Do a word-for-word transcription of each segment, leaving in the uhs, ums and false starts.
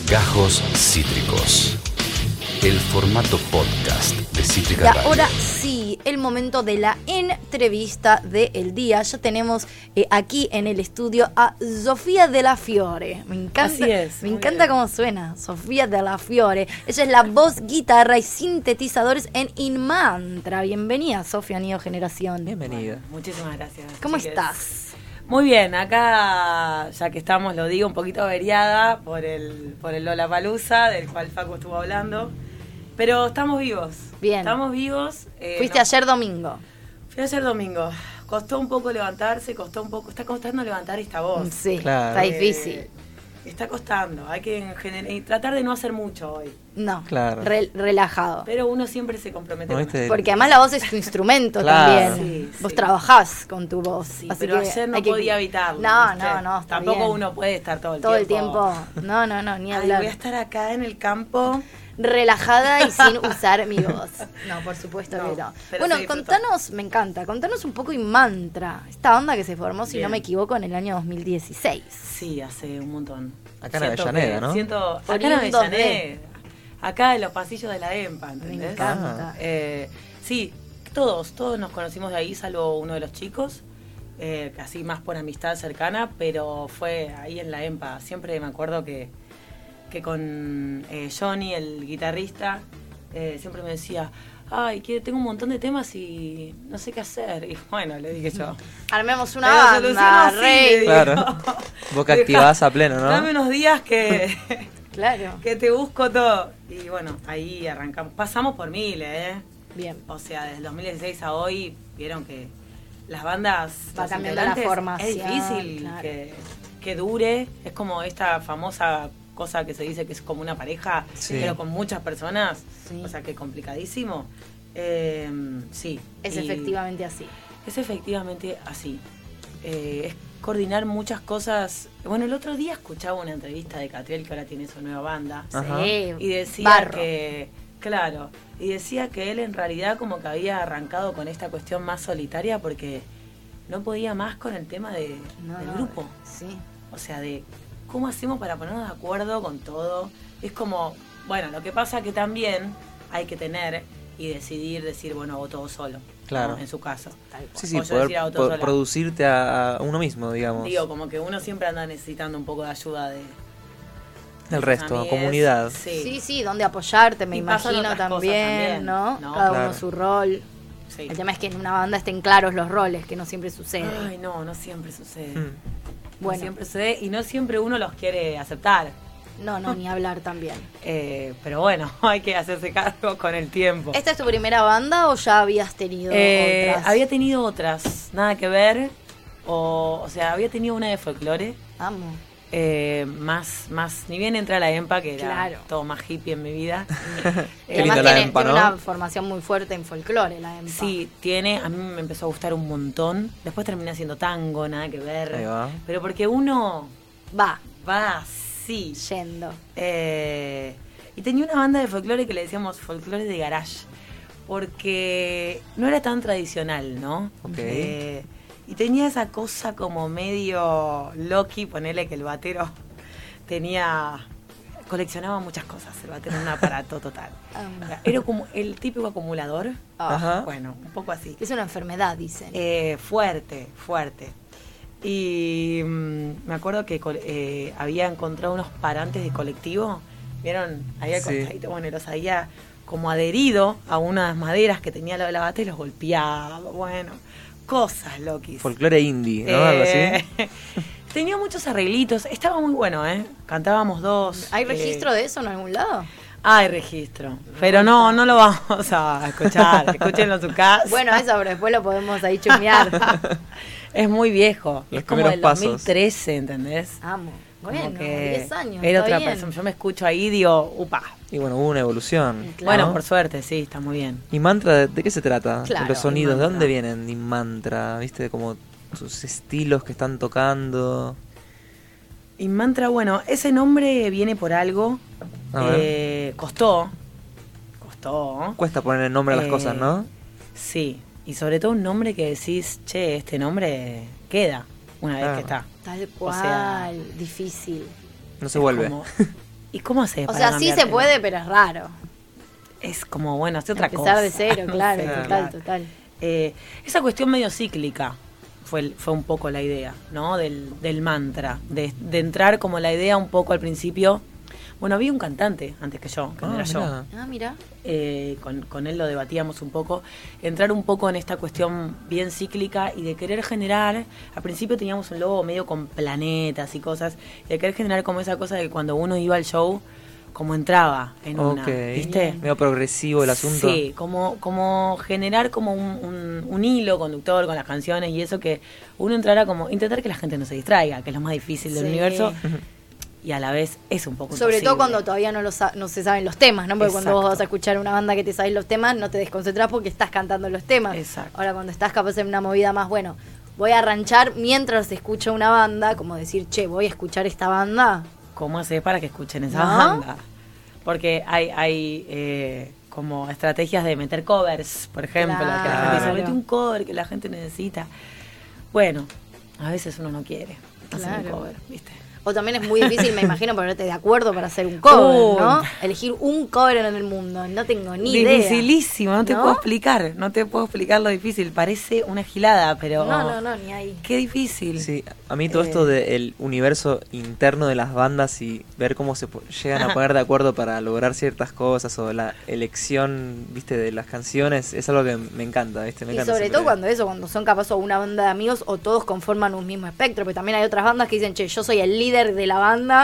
Gajos Cítricos. El formato podcast de Cítrica Y Radio. ahora sí, el momento de la entrevista del día. Ya tenemos eh, aquí en el estudio a Sofía de la Fiore. Me encanta, Así es, me muy encanta bien. cómo suena, Sofía de la Fiore. Ella es la voz, guitarra y sintetizadores en Inmantra. Bienvenida, Sofía, Nido Generación. Bienvenida. Bueno, muchísimas gracias. ¿Cómo chiques. estás? Muy bien, acá ya que estamos, lo digo, un poquito averiada por el, por el Lollapalooza, del cual Facu estuvo hablando. Pero estamos vivos. Bien. Estamos vivos. eh, Fuiste no, ayer domingo. Fui ayer domingo. Costó un poco levantarse, costó un poco. Está costando levantar esta voz. Sí, Claro. está Eh, difícil. Está costando. Hay que en gener- y tratar de no hacer mucho hoy. No, Claro. re- relajado. Pero uno siempre se compromete. ¿No con viste? Porque además la voz es tu instrumento Claro. también. Sí, Vos sí. trabajás con tu voz. Sí, así pero que ayer no hay que- podía evitarlo. No, ¿viste? no, no. está Tampoco bien. uno puede estar todo el Todo el tiempo. tiempo. No, no, no, ni Ay, hablar. voy a estar acá en el campo. Relajada y sin usar mi voz. No, por supuesto No, que no. pero Bueno, se disfrutó. contanos, me encanta, contanos un poco Inmantra, esta onda que se formó, si Bien. no me equivoco, en el año dos mil dieciséis. Sí, hace un montón. Acá en Siento Avellaneda, que- ¿no? Siento, acá en Oriundos de- Avellaneda. Acá en los pasillos de la EMPA, ¿entendés? Me encanta. Ah. Eh, sí, todos, todos nos conocimos de ahí, salvo uno de los chicos. Eh, casi más por amistad cercana, pero fue ahí en la EMPA. Siempre me acuerdo que, que con eh, Johnny, el guitarrista, eh, siempre me decía, ay, que tengo un montón de temas y no sé qué hacer. Y bueno, le dije yo. Armemos una Pero banda, soluciono así, rey. le digo. Claro. Vos que activás a pleno, ¿no? Dame unos días que, Claro, que te busco todo. Y bueno, ahí arrancamos. Pasamos por miles, ¿eh? bien. O sea, desde el dos mil dieciséis a hoy, vieron que las bandas... Va los cambiando la integrantes, formación, Es difícil claro. que, que dure. Es como esta famosa cosa que se dice que es como una pareja, Sí. pero con muchas personas. Sí. O sea, que complicadísimo. Eh, sí. Es y- efectivamente así. es efectivamente así. Eh, es coordinar muchas cosas. Bueno, el otro día escuchaba una entrevista de Catriel, que ahora tiene su nueva banda, Ajá. Sí, y decía barro. que, claro, y decía que él en realidad como que había arrancado con esta cuestión más solitaria porque no podía más con el tema de, No, del no, grupo. Sí. O sea, de cómo hacemos para ponernos de acuerdo con todo. Es como, bueno, lo que pasa que también hay que tener y decidir, decir, bueno, hago todo solo. Claro. ¿no? En su caso. Tal cual. Sí, sí, O yo poder decir auto po- sola. producirte a, a uno mismo, digamos. Digo, como que uno siempre anda necesitando un poco de ayuda de... El sus resto, amigues. comunidad. Sí, Sí, sí, donde apoyarte, me Y pasan imagino otras cosas también, también, ¿no? ¿no? Cada Claro. uno su rol. sí. El tema es que en una banda estén claros los roles, que no siempre sucede. Ay, no, no siempre sucede. Mm. Bueno. No siempre sucede y no siempre uno los quiere aceptar. No, no, ni hablar también. Eh, pero bueno, hay que hacerse cargo con el tiempo. ¿Esta es tu primera banda o ya habías tenido Eh, otras? había tenido otras, nada que ver. O, o sea, había tenido una de folclore. Amo. eh, más, más, ni bien entré a la EMPA, que era Claro. todo más hippie en mi vida. Y Qué además lindo la tiene, EMPA, tiene ¿no? una formación muy fuerte en folclore, la EMPA. Sí, tiene, a mí me empezó a gustar un montón. Después terminé haciendo tango, nada que ver. Ahí va. Pero porque uno Va, va así. yendo. Eh, y tenía una banda de folclore que le decíamos folclore de garage. Porque no era tan tradicional, ¿no? Ok. Eh, y tenía esa cosa como medio Loki, ponele que el batero tenía... Coleccionaba muchas cosas, el batero era un aparato total. Amo. Era como el típico acumulador. Ah, Ajá. Bueno, un poco así. Es una enfermedad, dicen. Eh, fuerte, fuerte. Y mm, me acuerdo que col- eh, había encontrado unos parantes de colectivo. ¿Vieron? Ahí al Sí. costadito, bueno, los había como adherido a unas maderas que tenía la, la bata y los golpeaba. Bueno, cosas loquis. Folclore indie, ¿no? Algo así. Eh, tenía muchos arreglitos. Estaba muy bueno, ¿eh? Cantábamos dos. ¿Hay eh, registro de eso en algún lado? Hay registro. Pero no, no lo vamos a escuchar. Escúchenlo en su casa. Bueno, eso, pero después lo podemos ahí chumear. Es muy viejo. Los es como primeros del pasos. dos mil trece, ¿entendés? Amo. Como Bueno, que diez años. Era está otra bien. persona. Yo me escucho ahí y digo, upa. Y bueno, hubo una evolución. Claro. Bueno, ¿no? por suerte, sí, está muy bien. ¿Y mantra de, de qué se trata? Claro, Los sonidos, ¿de Inmantra. dónde vienen? Ni mantra, ¿viste? Como sus estilos que están tocando. Y Mantra, bueno, ese nombre viene por algo. A ver. Eh, costó. Costó. Cuesta poner el nombre a las Eh, cosas, ¿no? Sí. Y sobre todo un nombre que decís, che, este nombre queda una vez Claro. que está. Tal O cual, sea, difícil. No se Es vuelve. como- ¿y cómo haces O para sea, sí se cambiártelo? puede, pero es raro. Es como, bueno, hacer otra Empezar cosa. de cero, No claro, sé, total, claro. total. Eh, esa cuestión medio cíclica fue, el- fue un poco la idea, ¿no? Del, del mantra, de, de entrar como la idea un poco al principio. Bueno, había un cantante antes que yo, que no Ah, era yo. mirá. Ah, mira. Eh, con, con él lo debatíamos un poco, entrar un poco en esta cuestión bien cíclica y de querer generar, al principio teníamos un logo medio con planetas y cosas, y de querer generar como esa cosa de que cuando uno iba al show, como entraba en una, Ok. ¿viste? Medio progresivo el asunto. Sí, como, como generar como un, un, un hilo conductor con las canciones y eso, que uno entrara como, intentar que la gente no se distraiga, que es lo más difícil del Sí. universo, y a la vez es un poco Sobre todo imposible. cuando todavía no, lo sa- no se saben los temas, ¿no? Porque cuando vos Exacto. vas a escuchar una banda que te sabes los temas, no te desconcentrás porque estás cantando los temas. Exacto. Ahora, cuando estás capaz en una movida más, bueno, voy a arranchar mientras escucho una banda, como decir, che, voy a escuchar esta banda. ¿Cómo haces para que escuchen esa ¿No? banda? Porque hay, hay eh, como estrategias de meter covers, por ejemplo, que la gente dice, Claro. mete un cover que la gente necesita. Bueno, a veces uno no quiere hacer un Claro. cover, ¿viste? O también es muy difícil, me imagino, ponerte de acuerdo para hacer un cover, ¿no? Uy. Elegir un cover en el mundo, no tengo ni idea. Dificilísimo, no te ¿No? puedo explicar, no te puedo explicar lo difícil. Parece una gilada, pero No, no, no, ni ahí. qué difícil. Sí, a mí todo Eh. esto del universo interno de las bandas y ver cómo se po- llegan a poner de acuerdo para lograr ciertas cosas o la elección, viste, de las canciones es algo que me encanta, viste, me Y encanta sobre siempre. todo cuando eso, cuando son capaz o una banda de amigos o todos conforman un mismo espectro, porque también hay otras bandas que dicen, che, yo soy el líder de la banda,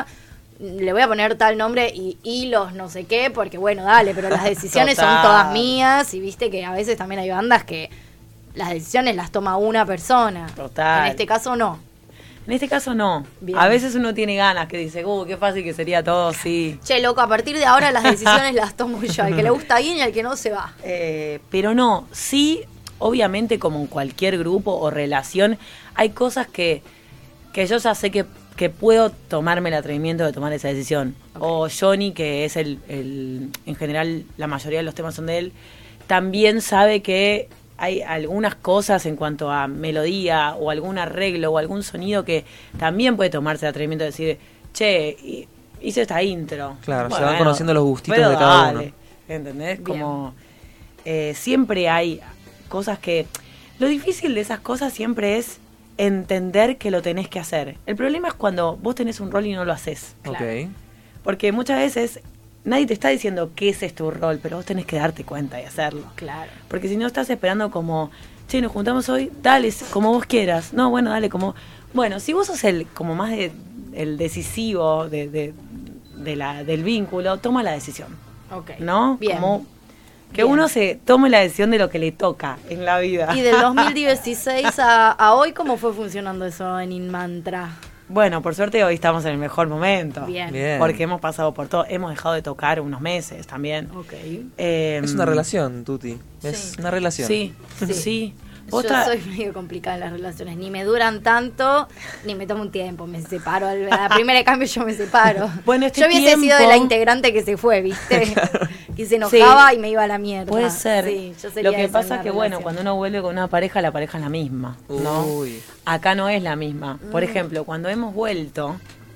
le voy a poner tal nombre y, y los no sé qué, porque bueno, dale, pero las decisiones son Total. todas mías y viste que a veces también hay bandas que las decisiones las toma una persona. Total. En este caso no. En este caso no. Bien. A veces uno tiene ganas que dice, uh, qué fácil que sería todo, sí. Che, loco, a partir de ahora las decisiones las tomo yo. Al que le gusta bien y al que no se va. Eh, pero no, sí, obviamente como en cualquier grupo o relación, hay cosas que, que yo ya sé que, que puedo tomarme el atrevimiento de tomar esa decisión. Ok. O Johnny, que es el, el, en general la mayoría de los temas son de él, también sabe que hay algunas cosas en cuanto a melodía o algún arreglo o algún sonido que también puede tomarse el atrevimiento de decir, che, hi- hice esta intro. Claro, se van conociendo los gustitos pero de cada dale, uno. ¿Entendés? Bien. Como eh, siempre hay cosas que... Lo difícil de esas cosas siempre es entender que lo tenés que hacer. El problema es cuando vos tenés un rol y no lo haces. Claro. Ok. Porque muchas veces nadie te está diciendo que ese es tu rol, pero vos tenés que darte cuenta y hacerlo. Claro. Porque si no estás esperando como, che, nos juntamos hoy, dale, como vos quieras. No, bueno, dale, como... Bueno, si vos sos el como más de, el decisivo de, de, de la, del vínculo, toma la decisión, Ok. ¿no? Bien. Como que Bien. uno se tome la decisión de lo que le toca en la vida. Y del dos mil dieciséis a, a hoy, ¿cómo fue funcionando eso en Inmantra? Bueno, por suerte hoy estamos en el mejor momento. Bien. Bien. Porque hemos pasado por todo. Hemos dejado de tocar unos meses también. Ok. Eh, Es una relación, Tuti. Es Sí. una relación. Sí, Sí. sí. Yo Otra- soy medio complicada en las relaciones. Ni me duran tanto, ni me tomo un tiempo. Me separo. A la primera de cambio yo me separo. Bueno, este yo hubiese sido de tiempo- la integrante que se fue, ¿viste? Que se enojaba Sí. y me iba a la mierda. Puede ser. Sí, yo sería Lo que esa pasa en es que, una bueno, relación. cuando uno vuelve con una pareja, la pareja es la misma, ¿no? Uy. Acá no es la misma. Mm. Por ejemplo, cuando hemos vuelto,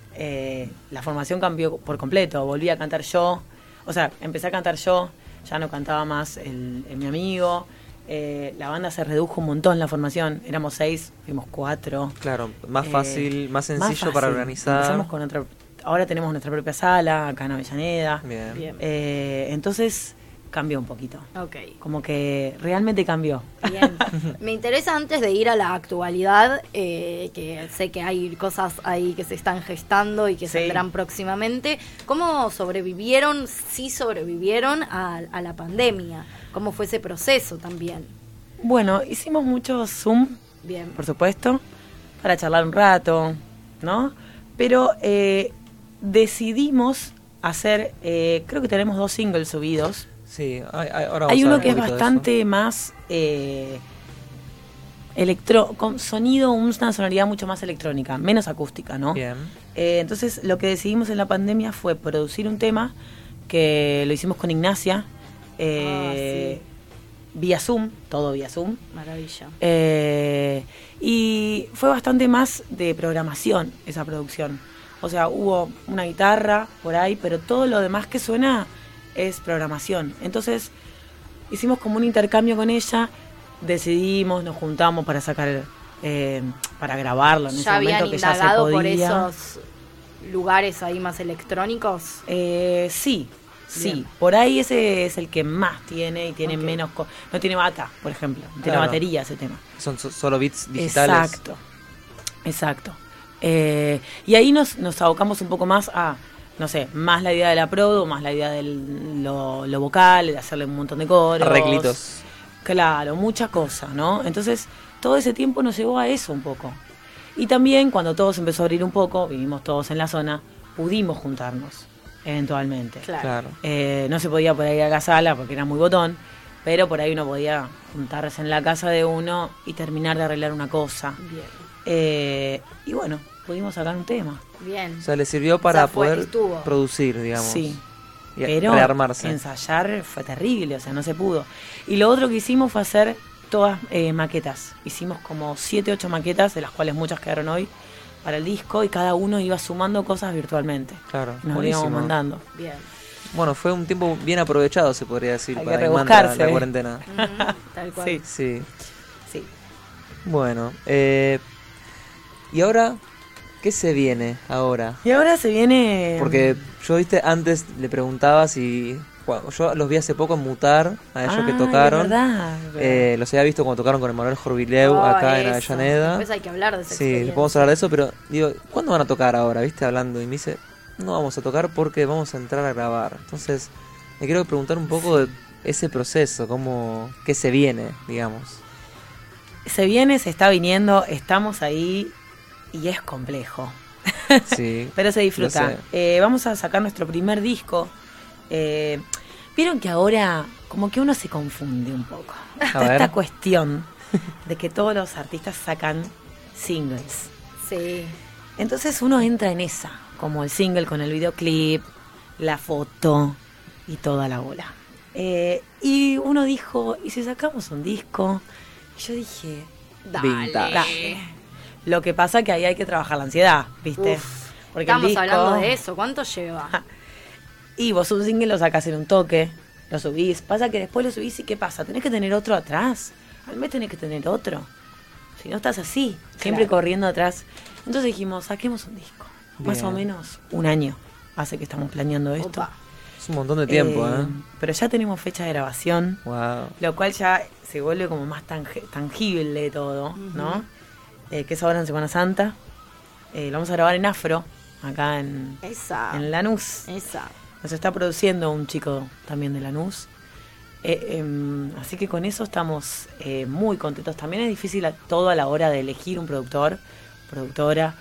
eh, la formación cambió por completo. Volví a cantar yo. O sea, empecé a cantar yo, ya no cantaba más el, el mi amigo. Eh, la banda se redujo un montón la formación. Éramos seis, fuimos cuatro. Claro, más Eh, fácil, más sencillo más para fácil. organizar. Empezamos con otra, ahora tenemos nuestra propia sala, acá en Avellaneda. Bien. Bien. Eh, entonces cambió un poquito. Ok. Como que realmente cambió. Bien. Me interesa antes de ir a la actualidad, eh, que sé que hay cosas ahí que se están gestando y que Sí. saldrán próximamente. ¿Cómo sobrevivieron, si sobrevivieron a, a la pandemia? ¿Cómo fue ese proceso también? Bueno, hicimos mucho Zoom, Bien. por supuesto, para charlar un rato, ¿no? Pero eh, decidimos hacer, eh, creo que tenemos dos singles subidos. Sí, hay, hay- ahora vamos Hay a uno hablar que es un poquito de bastante más eh, electro, con sonido, una sonoridad mucho más electrónica, menos acústica, ¿no? eso. Bien. Eh, entonces lo que decidimos en la pandemia fue producir un tema que lo hicimos con Ignacia, eh, vía Zoom, todo vía Zoom. Maravilla. Eh, y fue bastante más de programación esa producción. O sea, hubo una guitarra por ahí, pero todo lo demás que suena es programación. Entonces, hicimos como un intercambio con ella, decidimos, nos juntamos para sacar, eh, para grabarlo en ese ¿Ya momento habían que ya se indagado podía. por esos lugares ahí más electrónicos? Eh, sí, sí. Bien. Por ahí ese es el que más tiene y tiene Ok. menos... co- no tiene bata, por ejemplo. No tiene Claro. batería ese tema. Son so- solo beats digitales. Exacto, exacto. Eh, y ahí nos, nos abocamos un poco más a, no sé, más la idea de la produ, más la idea de lo, lo vocal, de hacerle un montón de coros. Arreglitos. Claro, mucha cosa, ¿no? Entonces, todo ese tiempo nos llevó a eso un poco. Y también, cuando todo se empezó a abrir un poco, vivimos todos en la zona, pudimos juntarnos, eventualmente. Claro. Claro. Eh, no se podía por ahí a la sala porque era muy botón, pero por ahí uno podía juntarse en la casa de uno y terminar de arreglar una cosa. Bien. Eh, y bueno, pudimos sacar un tema. Bien. Eh, O sea, le sirvió para O sea, fue- poder estuvo. producir, digamos. Sí. Y Pero rearmarse. ensayar fue terrible, o sea, no se pudo. Y lo otro que hicimos fue hacer todas eh, maquetas. Hicimos como siete, ocho maquetas, de las cuales muchas quedaron hoy, para el disco, y cada uno iba sumando cosas virtualmente. Claro, Nos lo buenísimo. íbamos mandando. Bien. Bueno, fue un tiempo bien aprovechado, se podría decir, Hay que para Imanta, rebuscarse. la cuarentena. Ujú, tal cual. Sí, Sí. sí. Bueno, eh, ¿y ahora qué se viene ahora? Y ahora se viene... Porque yo, viste, antes le preguntaba si... Bueno, yo los vi hace poco en Mutar, a ellos Ah, que tocaron. es verdad. Eh, los había visto cuando tocaron con Emanuel Jorvileu Oh, acá en eso. Avellaneda. Después hay que hablar de esa Sí, experiencia. podemos hablar de eso, pero digo, ¿cuándo van a tocar ahora? ¿Viste? Hablando. Y me dice, no vamos a tocar porque vamos a entrar a grabar. Entonces, me quiero preguntar un poco de ese proceso, cómo, qué se viene, digamos. Se viene, se está viniendo, estamos ahí y es complejo. Sí. Pero se lo disfruta. sé. Eh, vamos a sacar nuestro primer disco. Eh, Vieron que ahora como que uno se confunde un poco. Está ver. esta cuestión de que todos los artistas sacan singles. Sí. Entonces uno entra en esa, como el single con el videoclip, la foto y toda la bola. Eh, y uno dijo, ¿y si sacamos un disco? Y yo dije, Dale. Vintage. dale. Lo que pasa que ahí hay que trabajar la ansiedad, ¿viste? Uf, Porque el Estamos disco- hablando de eso. ¿Cuánto lleva? Y vos un single lo sacás en un toque, lo subís. Pasa que después lo subís y ¿qué pasa? Tenés que tener otro atrás. Al mes tenés que tener otro. Si no estás así, siempre Claro. corriendo atrás. Entonces dijimos, saquemos un disco. Más Bien. o menos un año hace que estamos planeando esto. Opa. Es un montón de tiempo, ¿eh? Pero ya tenemos fecha de grabación, Wow. lo cual ya se vuelve como más tangi- tangible todo, ¿no? Eh, que es ahora en Semana Santa. Eh, lo vamos a grabar en Afro, acá en, Esa. en Lanús. Esa. Nos está produciendo un chico también de Lanús. Eh, em, así que con eso estamos eh, muy contentos. También es difícil a- todo a la hora de elegir un productor, productora.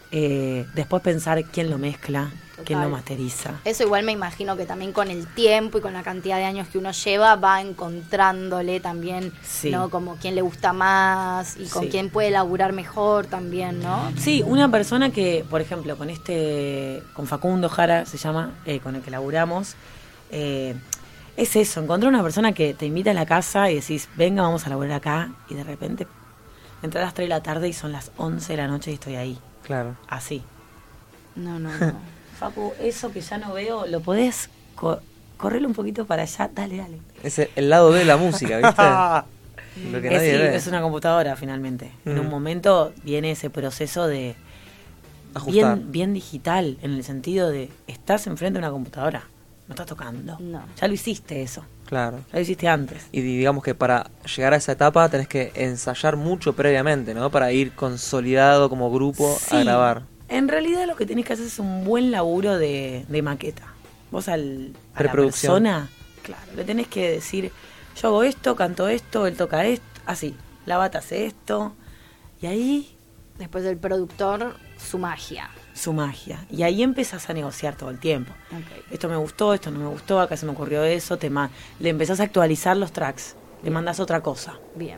Eh, después pensar quién lo mezcla, quién lo Total. masteriza. Eso igual me imagino que también con el tiempo y con la cantidad de años que uno lleva va encontrándole también, Sí. ¿no? Como quién le gusta más y con Sí. quién puede laburar mejor también, ¿no? Sí, una persona que, por ejemplo, con este, con Facundo Jara se llama, eh, con el que laburamos, eh, es eso, encontrar una persona que te invita a la casa y decís, venga, vamos a laburar acá, y de repente entras a las tres de la tarde y son las once de la noche y estoy ahí, Claro. así. No, no, no. Facu, eso que ya no veo, ¿lo podés co- correrlo un poquito para allá? Dale, dale. Es el, el lado B de la música, ¿viste? Lo que Es, nadie sí, ve. es una computadora finalmente. En Mm. un momento viene ese proceso de Ajustar. bien, bien digital, en el sentido de estás enfrente de una computadora, no estás tocando. No. Ya lo hiciste eso, Claro. ya lo hiciste antes. Y digamos que para llegar a esa etapa tenés que ensayar mucho previamente, ¿no? Para ir consolidado como grupo Sí, a grabar. En realidad lo que tenés que hacer es un buen laburo de, de maqueta. Vos al, a la Preproducción. persona, claro, le tenés que decir, yo hago esto, canto esto, él toca esto, así, la bata hace esto, y ahí Después del productor, su magia. su magia. Y ahí empezás a negociar todo el tiempo. Ok. Esto me gustó, esto no me gustó, acá se me ocurrió eso, te ma- le empezás a actualizar los tracks, le mandás otra cosa. Bien.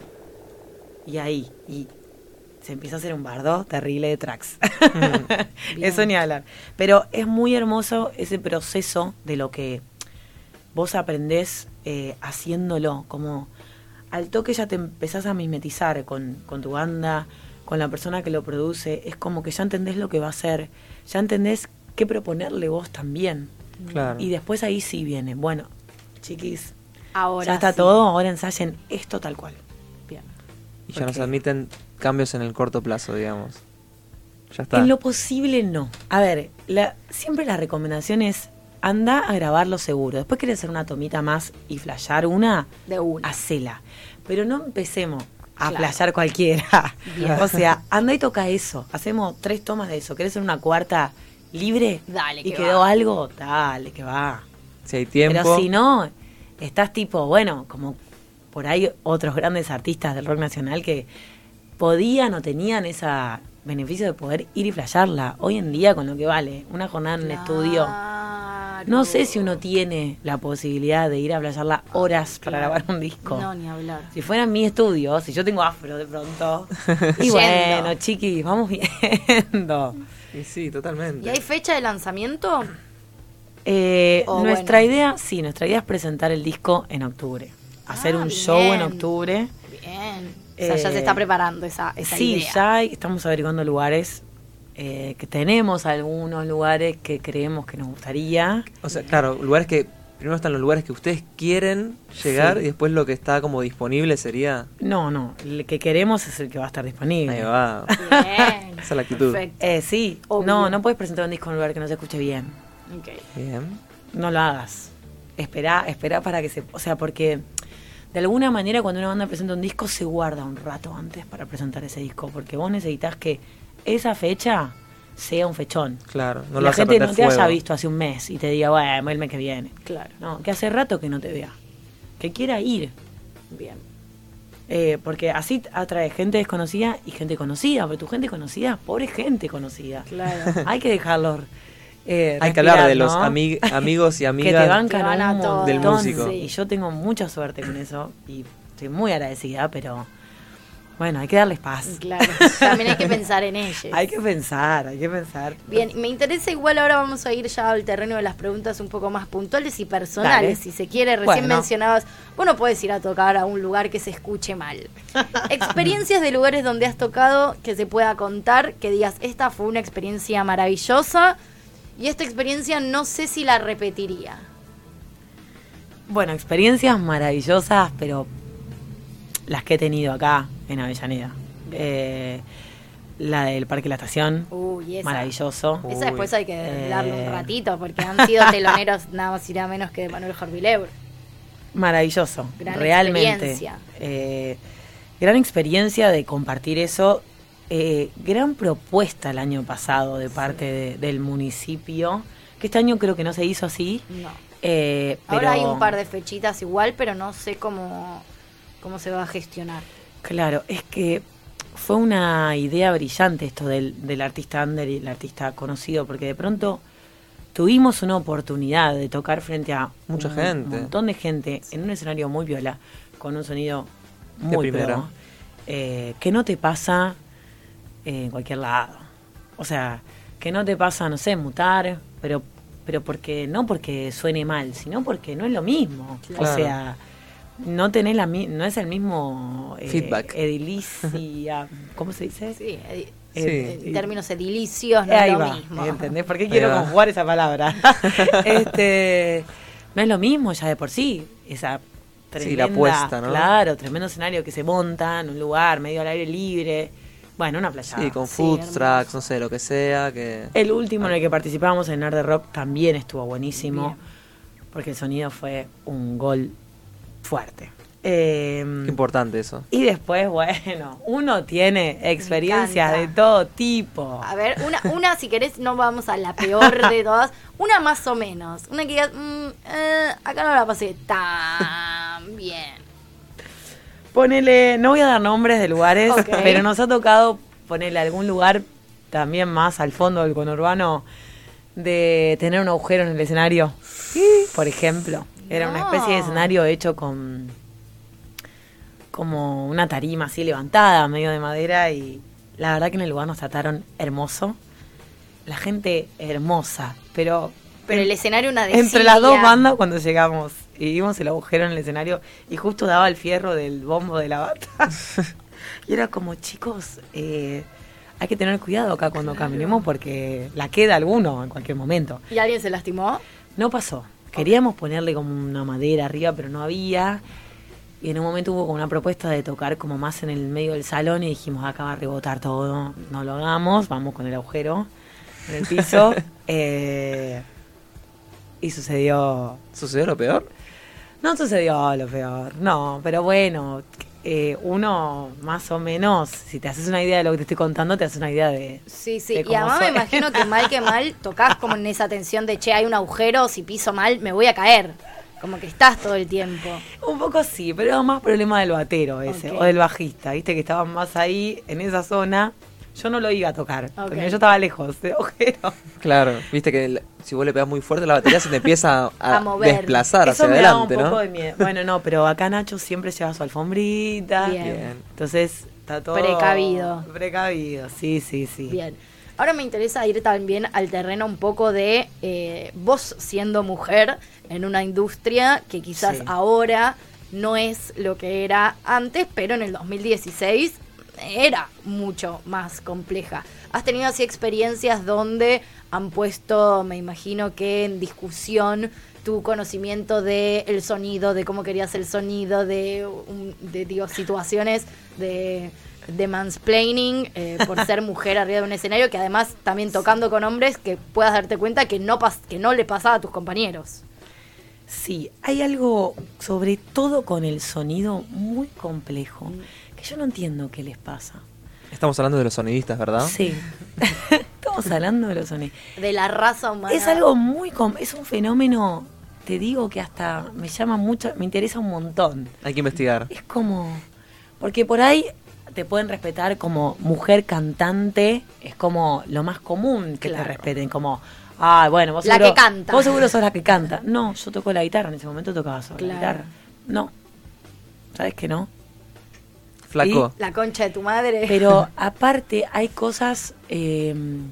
Y ahí, y se empieza a hacer un bardo terrible de tracks. Bien. Eso ni hablar. Pero es muy hermoso ese proceso de lo que vos aprendés eh, haciéndolo, como al toque ya te empezás a mimetizar con, con tu banda, con la persona que lo produce, es como que ya entendés lo que va a hacer, ya entendés qué proponerle vos también. Claro. Y después ahí sí viene, bueno, chiquis, Ahora ya está sí. todo, ahora ensayen esto tal cual. Bien. Y ya no se Ok. admiten cambios en el corto plazo, digamos. Ya está. En lo posible no. A ver, la, siempre la recomendación es anda a grabarlo seguro. Después querés hacer una tomita más y flashear una, De una. hacela. Pero no empecemos a Claro. flashear cualquiera. Bien. O sea, anda y toca eso. Hacemos tres tomas de eso. ¿Querés hacer una cuarta libre? Dale, ¿Y que quedó va. algo? Dale, que va. Si hay tiempo. Pero si no, estás tipo, bueno, como por ahí otros grandes artistas del rock nacional que podían o tenían ese beneficio de poder ir y flashearla. Hoy en día, con lo que vale, una jornada en un estudio, Claro. no sé si uno tiene la posibilidad de ir a flashearla horas para Claro. grabar un disco. No, ni hablar. Si fuera en mi estudio, si yo tengo afro de pronto, y Yendo. bueno, chiquis, vamos viendo. Y sí, totalmente. ¿Y hay fecha de lanzamiento? Eh, Oh, nuestra bueno. idea, sí, nuestra idea es presentar el disco en octubre. Hacer Ah, un show en bien. octubre. Bien. O sea, ya Eh, se está preparando esa, esa sí, idea. ya estamos averiguando lugares, eh, que tenemos algunos lugares que creemos que nos gustaría. O sea, claro, lugares que... Primero están los lugares que ustedes quieren llegar Sí. y después lo que está como disponible sería... No, no, el que queremos es el que va a estar disponible. Ahí va. Bien. Esa es la actitud. Perfecto. Eh, sí, Obvio. no, no puedes presentar un disco en un lugar que no se escuche bien. Ok. Bien. No lo hagas. Esperá, esperá para que se... O sea, porque de alguna manera cuando una banda presenta un disco se guarda un rato antes para presentar ese disco, porque vos necesitas que esa fecha sea un fechón. Claro, no Y lo la vas a gente prender no te haya fuego. visto hace un mes y te diga, bueno, el mes que viene. Claro. No, que hace rato que no te vea. Que quiera ir. Bien. Eh, porque así atrae gente desconocida y gente conocida. Porque tu gente conocida, pobre gente conocida. Claro. Hay que dejarlos. eh, Hay que hablar de respirar, los ¿no? ami- amigos y Que amigas te bancan Que van a un todo. montón. del músico. Sí. Y yo tengo mucha suerte con eso. Y estoy muy agradecida, pero bueno, hay que darles paz. Claro. También hay que pensar en ellos. Hay que pensar, hay que pensar. Bien, me interesa igual, ahora vamos a ir ya al terreno de las preguntas un poco más puntuales y personales, Dale. si se quiere. Recién Bueno. mencionabas, vos no puedes ir a tocar a un lugar que se escuche mal. Experiencias de lugares donde has tocado que se pueda contar, que digas, esta fue una experiencia maravillosa y esta experiencia no sé si la repetiría. Bueno, experiencias maravillosas, pero las que he tenido acá en Avellaneda. Eh, la del Parque de la Estación, Uy, esa. maravilloso. Esa después hay que Eh, darle un ratito, porque han sido teloneros nada más y nada menos que de Manuel Jorvileur. Maravilloso, Gran realmente. experiencia. Eh, gran experiencia de compartir eso. Eh, gran propuesta el año pasado de parte de- del municipio, que este año creo que no se hizo así. No. eh, Ahora hay pero- un par de fechitas igual, pero no sé cómo, cómo se va a gestionar. Claro, es que fue una idea brillante esto del, del artista under y el artista conocido, porque de pronto tuvimos una oportunidad de tocar frente a Mucha un gente. montón de gente en un escenario muy viola, con un sonido De muy primera. pro, eh, que no te pasa eh, en cualquier lado. O sea, que no te pasa, no sé, mutar, pero pero porque no porque suene mal, sino porque no es lo mismo. Claro. O sea, no tenés la mi- no es el mismo eh, Feedback. edilicia, ¿cómo se dice? Sí, edi- Eh, en términos edilicios no Ahí es lo va, mismo. ¿entendés? ¿Por qué Ahí quiero va. conjugar esa palabra? este, no es lo mismo ya de por sí, esa tremenda, la puesta, ¿no? Claro, tremendo escenario que se monta en un lugar medio al aire libre. Bueno, una playa. Sí, con Sí, food hermoso. trucks, no sé, lo que sea. que El último en el que participamos en Nerd de Rock también estuvo buenísimo, Bien. porque el sonido fue un gol fuerte. Eh, Qué importante eso. y después, bueno, uno tiene experiencias encanta. de todo tipo. A ver, una, una si querés, no vamos a la peor de todas. Una más o menos. Una que digas, mm, eh, acá no la pasé tan bien. Ponele, no voy a dar nombres de lugares, Ok. pero nos ha tocado ponerle algún lugar también más al fondo del conurbano de tener un agujero en el escenario, por ejemplo. Era una No. especie de escenario hecho con como una tarima así levantada, medio de madera, y la verdad que en el lugar nos trataron hermoso. La gente hermosa, pero Pero el escenario una entre las dos desidia. bandas cuando llegamos y vimos el agujero en el escenario y justo daba el fierro del bombo de la bata. Y era como, chicos, eh, hay que tener cuidado acá cuando caminemos porque la queda alguno en cualquier momento. ¿Y alguien se lastimó? No pasó. Queríamos ponerle como una madera arriba, pero no había. Y en un momento hubo como una propuesta de tocar como más en el medio del salón y dijimos, acá va a rebotar todo, no lo hagamos, vamos con el agujero en el piso. eh, y sucedió... ¿Sucedió lo peor? No sucedió lo peor, no, pero bueno, eh, uno más o menos, si te haces una idea de lo que te estoy contando, te haces una idea de... Sí, sí, de y cómo además soy. me imagino que mal que mal tocas como en esa tensión de, che, hay un agujero, si piso mal me voy a caer. Como que estás todo el tiempo. Un poco sí, pero era más problema del batero ese, Ok. o del bajista, viste que estaban más ahí, en esa zona. Yo no lo iba a tocar, Ok. porque yo estaba lejos de agujero. Claro, viste que el- si vos le pegas muy fuerte la batería se te empieza a, A mover. desplazar Eso hacia me daba adelante, un poco ¿no? de miedo. Bueno, no, pero acá Nacho siempre lleva su alfombrita. Bien. Bien. Entonces está todo... Precavido. Precavido, sí, sí, sí. Bien. Ahora me interesa ir también al terreno un poco de eh, vos siendo mujer en una industria que quizás Sí. ahora no es lo que era antes, pero en el dos mil dieciséis era mucho más compleja. ¿Has tenido así experiencias donde han puesto, me imagino que en discusión, tu conocimiento del sonido, de cómo querías el sonido, de, un- de digo, situaciones de, de mansplaining eh, por ser mujer arriba de un escenario, que además también tocando con hombres, que puedas darte cuenta que no, pas- que no le pasaba a tus compañeros? Sí, hay algo, sobre todo con el sonido, muy complejo, que yo no entiendo qué les pasa. Estamos hablando de los sonidistas, ¿verdad? Sí. Estamos hablando de los sonidos. De la raza humana. Es algo muy... com- es un fenómeno, te digo que hasta me llama mucho, me interesa un montón. Hay que investigar. Es como... Porque por ahí te pueden respetar como mujer cantante, es como lo más común que Claro. te respeten, como... Ah, bueno, vos La seguro, que canta. Vos seguro sos la que canta. No, yo toco la guitarra, en ese momento tocaba solo Claro. la guitarra. No. ¿Sabes que no? Flaco. La concha de tu madre. Pero aparte hay cosas, eh,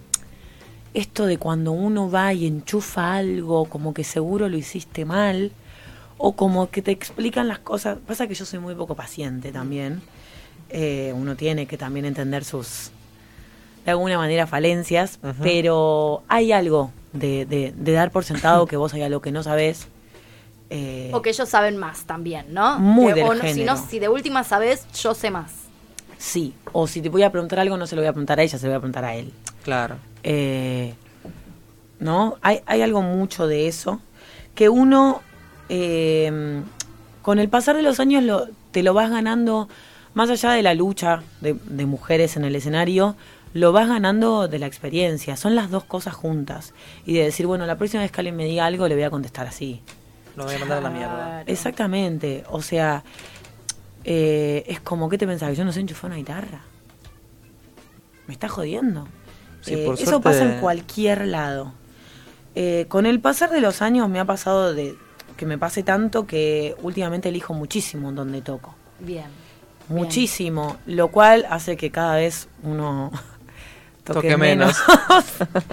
esto de cuando uno va y enchufa algo, como que seguro lo hiciste mal, o como que te explican las cosas. Pasa que yo soy muy poco paciente también. Eh, uno tiene que también entender sus, de alguna manera, falencias, Ujú. pero hay algo de, de, de dar por sentado que vos hay algo que no sabés. Eh, O que ellos saben más también, ¿no? Muy Que- del o no- si, género. no, si de última sabes, yo sé más. Sí, o si te voy a preguntar algo, no se lo voy a preguntar a ella, se lo voy a preguntar a él. Claro. Eh, ¿No? Hay, hay algo mucho de eso. Que uno, eh, con el pasar de los años, lo, te lo vas ganando, más allá de la lucha de, de mujeres en el escenario, lo vas ganando de la experiencia. Son las dos cosas juntas. Y de decir, bueno, la próxima vez que alguien me diga algo, le voy a contestar así. Lo voy a mandar a la mierda. Claro. Exactamente. O sea, eh, es como, ¿qué te pensás? ¿Que yo no sé enchufar una guitarra? ¿Me estás jodiendo? Sí, Eh, por eso suerte- pasa en cualquier lado. Eh, con el pasar de los años me ha pasado de que me pase tanto que últimamente elijo muchísimo en donde toco. Bien. Muchísimo. Lo cual hace que cada vez uno toque, Toque menos. menos.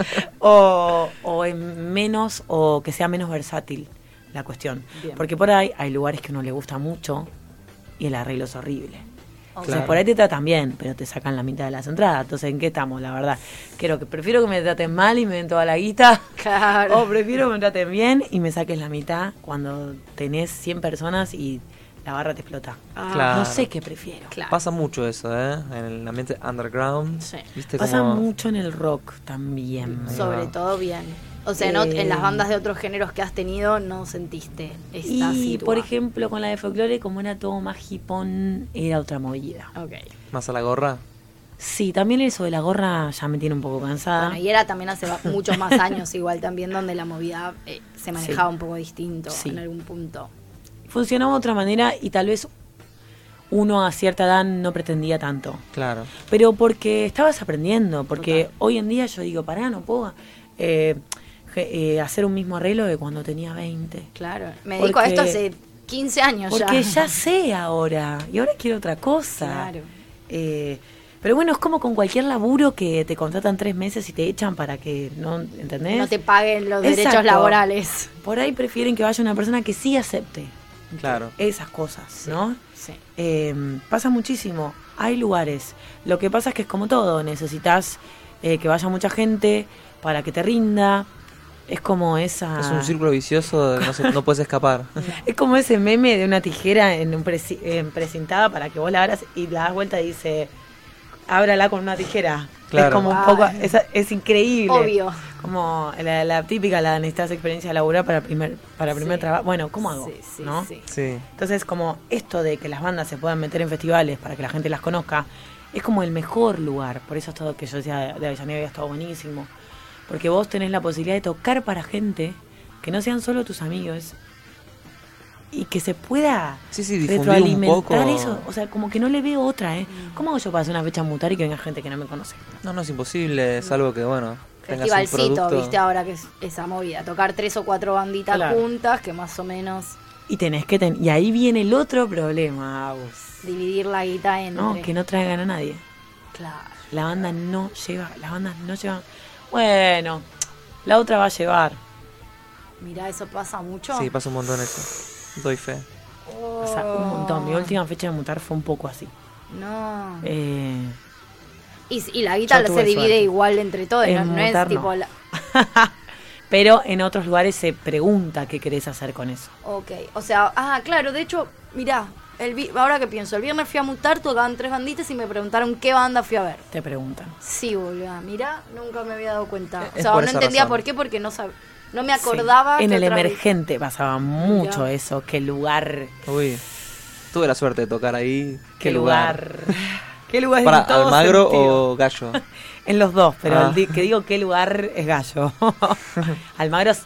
o, o en menos, o que sea menos versátil la cuestión. Bien. Porque por ahí hay lugares que a uno le gusta mucho y el arreglo es horrible. Entonces Claro. por ahí te tratan bien, pero te sacan la mitad de las entradas. Entonces, ¿en qué estamos, la verdad? Quiero que prefiero que me traten mal y me den toda la guita. Claro. O prefiero que me traten bien y me saques la mitad cuando tenés cien personas y la barra te explota. Ah, Claro. No sé qué prefiero. Claro. Pasa mucho eso, ¿eh? En el ambiente underground. Sí. ¿Viste Pasa cómo- mucho en el rock también. Ahí Sobre va. todo bien. O sea, no, Eh, en las bandas de otros géneros que has tenido no sentiste esta Y, situa. por ejemplo, con la de folclore, como era todo más hipón, era otra movida. Ok. ¿Más a la gorra? Sí, también eso de la gorra ya me tiene un poco cansada. Bueno, y era también hace va- muchos más años igual también donde la movida eh, se manejaba Sí. un poco distinto Sí. en algún punto. Funcionaba de otra manera y tal vez uno a cierta edad no pretendía tanto. Claro. Pero porque estabas aprendiendo, porque Total. hoy en día yo digo, pará, no puedo eh, je- eh, hacer un mismo arreglo de cuando tenía veinte. Claro. Me dedico a Porque- esto hace quince años Porque ya. ya sé ahora, y ahora quiero otra cosa. Claro. Eh, pero bueno, es como con cualquier laburo que te contratan tres meses y te echan para que, ¿no? ¿Entendés? No te paguen los Exacto. derechos laborales. Por ahí prefieren que vaya una persona que sí acepte Claro. esas cosas, ¿no? Sí. Eh, pasa muchísimo. Hay lugares. Lo que pasa es que es como todo. Necesitas eh, que vaya mucha gente para que te rinda. Es como esa... Es un círculo vicioso, no, se- no puedes escapar. Es como ese meme de una tijera en un presi- en precintada para que vos la abras y la das vuelta y dice, ábrala con una tijera. Claro. Es como un Ah. poco, es, es increíble. Obvio. Como la, la típica, la necesitas experiencia de laburar para primer, para primer Sí. trabajo. Bueno, ¿cómo hago? Sí, sí, ¿no? sí. Sí. Entonces, como esto de que las bandas se puedan meter en festivales para que la gente las conozca, es como el mejor lugar. Por eso es todo que yo decía de de Avellaneda había estado buenísimo. Porque vos tenés la posibilidad de tocar para gente que no sean solo tus amigos y que se pueda Sí, sí, difundir un retroalimentar poco. eso. O sea, como que no le veo otra, ¿eh? ¿Cómo hago yo para hacer una fecha mutar y que venga gente que no me conoce? No, no es imposible, es algo que, bueno, tengas un Festivalcito, producto. viste, ahora que es esa movida. Tocar tres o cuatro banditas Claro. juntas, que más o menos Y tenés que ten y ahí viene el otro problema, Agus. dividir la guita entre... No, que no traigan a nadie. Claro. La banda no lleva, las bandas no llevan. Bueno, la otra va a llevar. Mirá, eso pasa mucho. Sí, pasa un montón eso. Doy fe. O sea, un montón. Mi última fecha de mutar fue un poco así. No. Eh, Y, y la guita Yo se tuve divide suerte. igual entre todos, En no, no es mutar, no. tipo la... pero en otros lugares se pregunta qué querés hacer con eso. Ok, o sea, ah, claro, de hecho, mirá, el vi- ahora que pienso, el viernes fui a mutar, tocaban tres banditas y me preguntaron qué banda fui a ver. Te preguntan. Sí, boluda, mirá, nunca me había dado cuenta. O Es sea, por no esa entendía razón. por qué, porque no sab... no me acordaba. Sí. En que el otra vez- emergente pasaba mucho Mirá. eso. Qué lugar. Uy, tuve la suerte de tocar ahí. Qué lugar. Qué lugar ¿Para en todo Almagro sentido. o Gallo? En los dos, pero Ah. el di- que digo qué lugar es Gallo. Almagro es,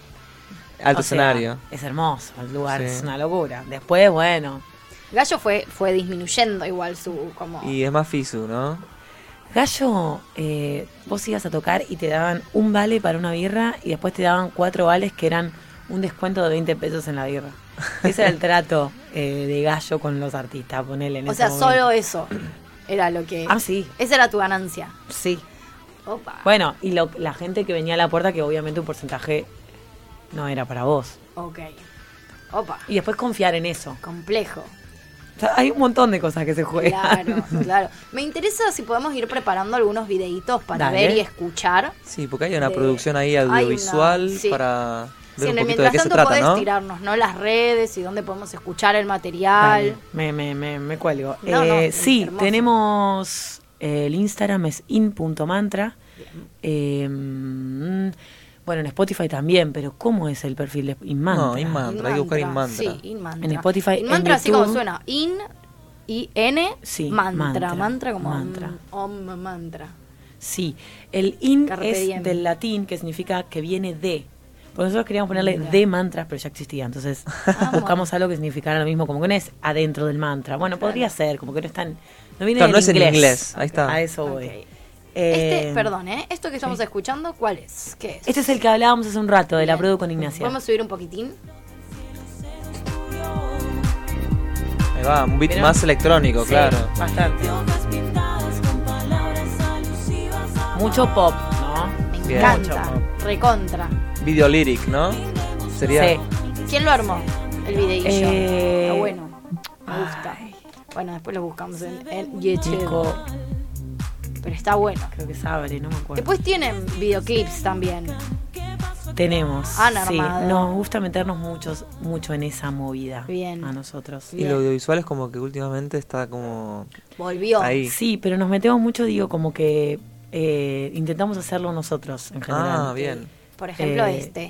Alto o sea, escenario. es hermoso, el lugar Sí. es una locura. Después, bueno, Gallo fue, fue disminuyendo igual su, como... Y es más Fisu, ¿no? Gallo, eh, vos ibas a tocar y te daban un vale para una birra y después te daban cuatro vales que eran un descuento de veinte pesos en la birra. Ese era el trato eh, de Gallo con los artistas, ponele en o ese sea, momento. solo eso era lo que... Ah, sí, Esa era tu ganancia. sí. Opa. Bueno, y lo- la gente que venía a la puerta, que obviamente un porcentaje no era para vos. Ok. Opa. Y después confiar en eso. Complejo. O sea, hay un montón de cosas que se juegan. Claro, claro. Me interesa si podemos ir preparando algunos videitos para Dale. ver y escuchar. Sí, porque hay una De- producción ahí hay una- audiovisual sí. para Sí, ver en un el poquito de mientras qué se tanto trata, podés ¿no? tirarnos, ¿no? Las redes y dónde podemos escuchar el material. Dale, me, me, me, me cuelgo. No, Eh, no, sí, hermoso. tenemos eh, el Instagram es in punto mantra. Eh, mm, bueno, en Spotify también, pero ¿cómo es el perfil de Inmantra? No, Inmantra. hay que buscar Inmantra. Inmantra. Sí, Inmantra. En Spotify, en Inmantra así como YouTube. suena. In, I, N, Sí, mantra. mantra, Mantra, como mantra. Om, om mantra. Sí, el in Carpe es diem. del latín, que significa que viene de. Porque nosotros queríamos ponerle Mira. de mantras, pero ya existía. Entonces buscamos algo que significara lo mismo, como que no es adentro del mantra. Bueno, podría ser, como que no es tan. No viene Claro, del no es en inglés. inglés, ahí está. A eso voy. Ok. Eh, Este, perdón, ¿eh? Esto que estamos escuchando, ¿cuál es? ¿Qué es? Este es el que hablábamos hace un rato, de la Bien. Produ con Ignacia. ¿Podemos subir un poquitín? Ahí va, un beat ¿Vieron? más electrónico, Sí, claro. bastante. Mucho pop, ¿no? Me Bien. encanta. Mucho. Recontra. Video lyric, ¿no? Sería. Sí. ¿Quién lo armó? El videillo. Eh, Está bueno. Me gusta. Bueno, después lo buscamos en, en YouTube. Chico, Pero está bueno. creo que sabe, no me acuerdo. Después tienen videoclips también. Tenemos. Han sí, armado. nos gusta meternos muchos, mucho en esa movida. Bien. A nosotros. Y lo audiovisual es como que últimamente está como Volvió. ahí. Sí, pero nos metemos mucho, digo, como que eh, intentamos hacerlo nosotros en general. Ah, bien. Por ejemplo, Eh, este.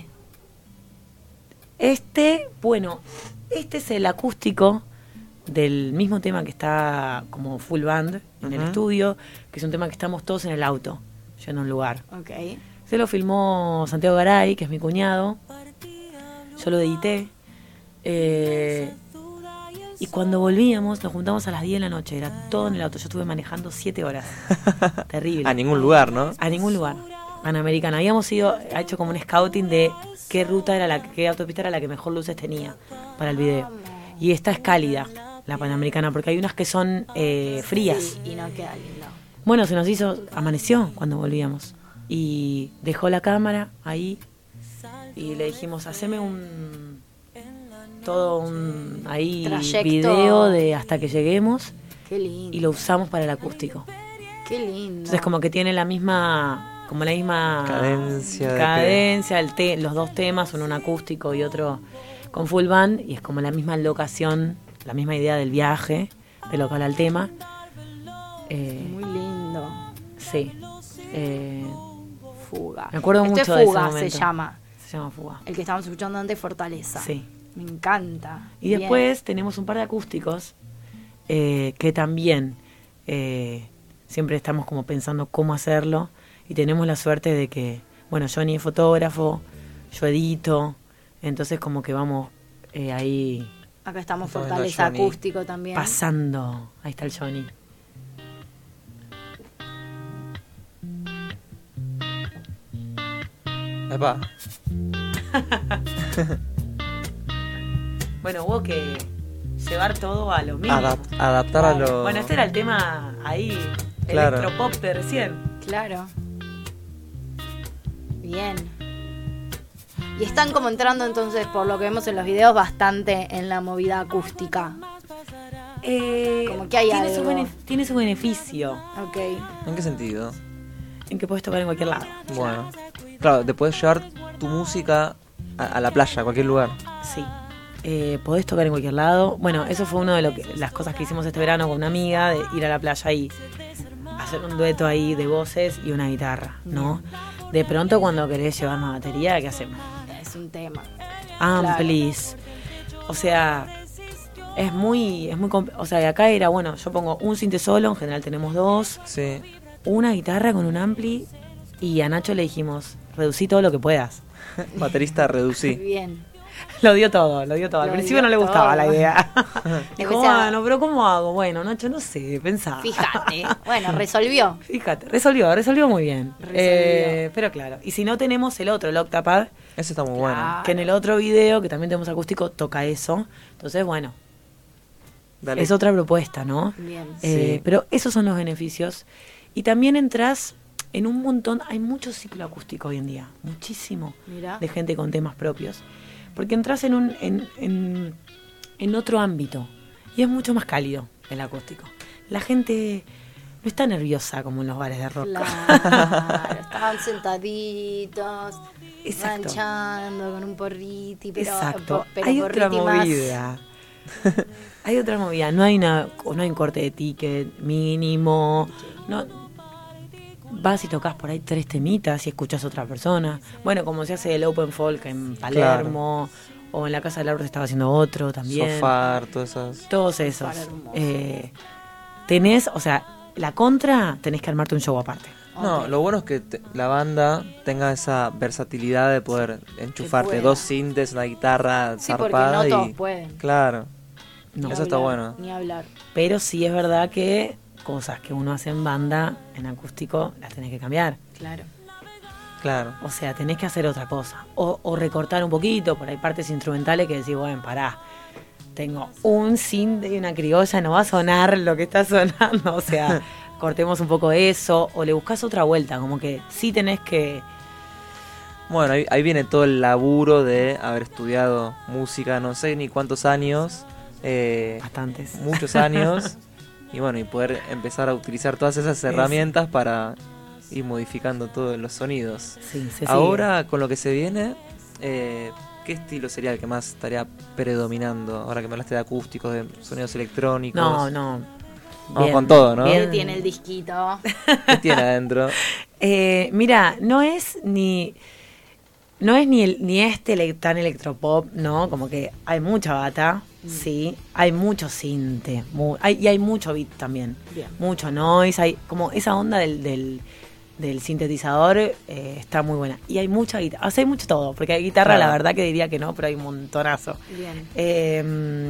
Este, bueno, este es el acústico del mismo tema que está como full band en el Ujú. estudio, que es un tema que estamos todos en el auto, yendo a un lugar. Ok. Se lo filmó Santiago Garay, que es mi cuñado. Yo lo edité. Eh, y cuando volvíamos, nos juntamos a las diez de la noche. Era todo en el auto. Yo estuve manejando siete horas. Terrible. A ningún lugar, ¿no? A ningún lugar. Panamericana. Habíamos ido, ha hecho como un scouting de qué ruta era la, qué autopista era la que mejor luces tenía para el video. Y esta es cálida, la Panamericana, porque hay unas que son eh, frías. Sí, y no queda lindo. Bueno, se nos hizo, amaneció cuando volvíamos. Y dejó la cámara ahí y le dijimos, haceme un todo un ahí Trayecto. video de hasta que lleguemos Qué lindo. y lo usamos para el acústico. Qué lindo. Entonces como que tiene la misma, como la misma Cadencia de cadencia, el te- los dos temas, uno un acústico y otro con full band, y es como la misma locación, la misma idea del viaje, de local al tema. Eh, Muy lindo. sí. Eh, Fuga. Me acuerdo Esto mucho es de ese Fuga, se momento. llama. se llama Fuga. El que estábamos escuchando antes, Fortaleza. Sí. Me encanta. Y Bien. después tenemos un par de acústicos eh, que también eh, siempre estamos como pensando cómo hacerlo, y tenemos la suerte de que, bueno, Johnny es fotógrafo, yo edito, entonces como que vamos eh, ahí Acá estamos, Estamos Fortaleza viendo a Johnny. acústico también. pasando. Ahí está el Johnny. Epa. Bueno, hubo que llevar todo a lo mínimo. Adap- adaptar a lo... Bueno, este era el tema ahí, Claro. electropop de recién. Claro. Bien. Y están como entrando entonces, por lo que vemos en los videos, bastante en la movida acústica. Eh, Como que hay tiene, su algo. bene- tiene su beneficio Ok. ¿En qué sentido? en que puedes tocar en cualquier lado. Bueno, claro, te puedes llevar tu música a, a la playa, a cualquier lugar. Sí. Eh, podés tocar en cualquier lado. Bueno, eso fue una de lo que, las cosas que hicimos este verano con una amiga, de ir a la playa y hacer un dueto ahí de voces y una guitarra, ¿no? De pronto cuando querés llevar una batería, ¿qué hacemos? Es un tema. Amplis. O sea, es muy, es muy, compl- o sea, de acá era, bueno, yo pongo un sinte solo, en general tenemos dos, Sí. una guitarra con un ampli, y a Nacho le dijimos, reducí todo lo que puedas. Baterista, reducí. Bien. Lo dio todo, lo dio todo. Al Lo principio dio no le gustaba todo. la idea. Dijo, O sea, bueno, pero ¿cómo hago? Bueno, Nacho, no sé, pensá. Fíjate. Bueno, resolvió. Fíjate, resolvió, resolvió muy bien. Resolvió. Eh, pero claro, y si no tenemos el otro, el Octapad, Ese está muy Claro. bueno. que en el otro video, que también tenemos acústico, toca eso. Entonces, bueno, Dale. es otra propuesta, ¿no? Bien. Eh, Sí. Pero esos son los beneficios. Y también entras en un montón, hay mucho ciclo acústico hoy en día, muchísimo, Mira. de gente con temas propios. Porque entras en, un, en, en, en otro ámbito y es mucho más cálido el acústico. La gente no está nerviosa como en los bares de rock. Claro, estaban sentaditos, Exacto. ranchando con un porriti, pero, Exacto. po- pero hay otra porriti más. movida. Hay otra movida. No hay una, no hay un corte de ticket mínimo. No, vas y tocas por ahí tres temitas y escuchas a otra persona. Bueno, como se hace el Open Folk en Palermo, o en la Casa del Árbol se estaba haciendo otro también. Sofar, todas esas. Todos esos. Sofá hermoso. Eh, tenés, o sea, la contra, tenés que armarte un show aparte. No, Ok. lo bueno es que te- la banda tenga esa versatilidad de poder enchufarte pueda. dos sintes, una guitarra Sí, porque zarpada no todos y... pueden. Claro, No. Ni eso está hablar, bueno. Ni hablar. Pero sí es verdad que cosas que uno hace en banda, en acústico, las tenés que cambiar. Claro. claro. O sea, tenés que hacer otra cosa. O, o recortar un poquito, por ahí partes instrumentales que decís, bueno, pará. Tengo un cinte y una criolla, no va a sonar lo que está sonando. O sea, cortemos un poco eso. O le buscas otra vuelta, como que sí tenés que... Bueno, ahí, ahí viene todo el laburo de haber estudiado música, no sé ni cuántos años, eh, Bastantes. muchos años, y bueno, y poder empezar a utilizar todas esas herramientas para ir modificando todos los sonidos. Sí, se sigue. Ahora, con lo que se viene, eh, ¿qué estilo sería el que más estaría predominando? Ahora que me hablaste de acústicos, de sonidos electrónicos. No, no. Vamos con todo, ¿no? ¿Qué bien. tiene el disquito? ¿Qué tiene adentro? Eh, mira, no es ni... No es ni el, ni este ele- tan electropop, ¿no? Como que hay mucha bata, sí. Hay mucho sinte. mu- hay, y hay mucho beat también. Bien. Mucho noise. Hay como esa onda del, del, del sintetizador eh, está muy buena. Y hay mucha guitarra. O sea, hay mucho todo. Porque hay guitarra, Claro. la verdad que diría que no, pero hay un montonazo. Bien, Eh,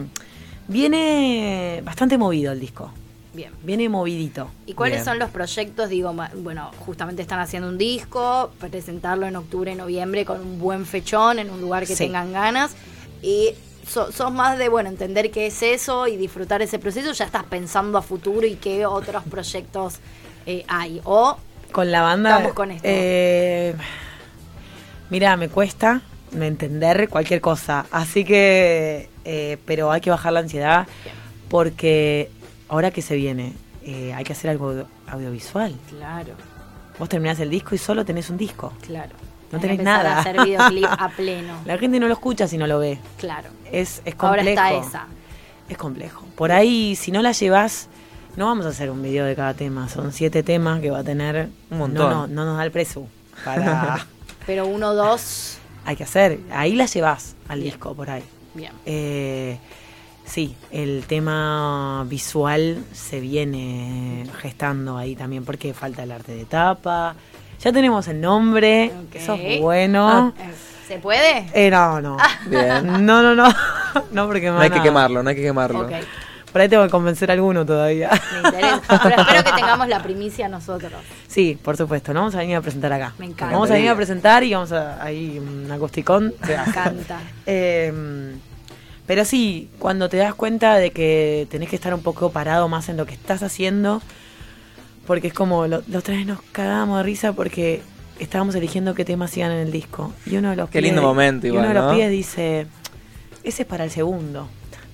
viene bastante movido el disco. bien. Viene movidito. ¿Y cuáles Bien. son los proyectos? Digo, ma- bueno, justamente están haciendo un disco, presentarlo en octubre, noviembre con un buen fechón, en un lugar que Sí. tengan ganas. Y so- sos más de, bueno, entender qué es eso y disfrutar ese proceso. Ya estás pensando a futuro y qué otros proyectos eh, hay. O Con la banda. Estamos con esto. Eh, mira, me cuesta entender cualquier cosa. Así que, eh, pero hay que bajar la ansiedad porque ahora que se viene, eh, hay que hacer algo audiovisual. Claro, Vos terminás el disco y solo tenés un disco. claro. No Hay que tenés empezar nada. a hacer videoclip a pleno. La gente no lo escucha si no lo ve. Claro. Es, es Ahora complejo. está esa. Es complejo. Por ahí, si no la llevas, no vamos a hacer un video de cada tema. Son siete temas que va a tener. Un montón. No, no, no nos da el precio para. Pero uno, dos, Hay que hacer. Ahí la llevas al Bien. disco, por ahí. bien. Eh, sí, el tema visual se viene gestando ahí también porque falta el arte de tapa. Ya tenemos el nombre. Ok. Eso es bueno. Eh, ¿Se puede? Eh, no, no. Bien. No, no, no. No, porque me No hay van que a- quemarlo, no hay que quemarlo. Ok, Por ahí tengo que convencer a alguno todavía. me interesa. Pero espero que tengamos la primicia nosotros. Sí, por supuesto, no vamos a venir a presentar acá. Me encanta. Vamos a venir a presentar y vamos a ahí un acusticón. Me encanta. Eh, pero sí, cuando te das cuenta de que tenés que estar un poco parado más en lo que estás haciendo, porque es como, lo, la otra vez nos cagábamos de risa porque estábamos eligiendo qué temas iban en el disco. Y uno de los Qué pibes- lindo momento y igual, uno de los ¿no? pibes dice, ese es para el segundo.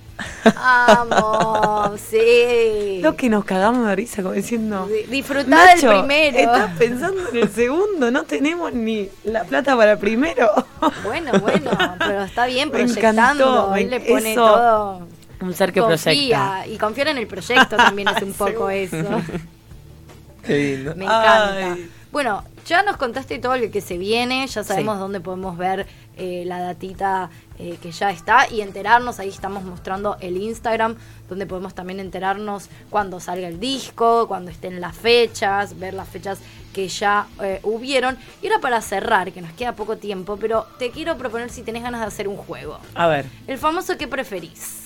Vamos, sí. Lo que nos cagamos de risa, como diciendo... Di- Disfrutá Nacho, del primero. estás pensando en el segundo, no tenemos ni la plata para el primero. Bueno, bueno, pero está bien Me proyectando. encantó, Él me- le pone eso- todo. Un ser que proyecta. Confía. Y confiar en el proyecto también es un poco eso. Qué lindo. Me encanta. Ay. Bueno, ya nos contaste todo lo que se viene, ya sabemos Sí. dónde podemos ver eh, la datita eh, que ya está y enterarnos. Ahí estamos mostrando el Instagram, donde podemos también enterarnos cuando salga el disco, cuando estén las fechas, ver las fechas que ya eh, hubieron. Y ahora para cerrar, que nos queda poco tiempo, pero te quiero proponer si tenés ganas de hacer un juego. A ver, El famoso ¿qué preferís?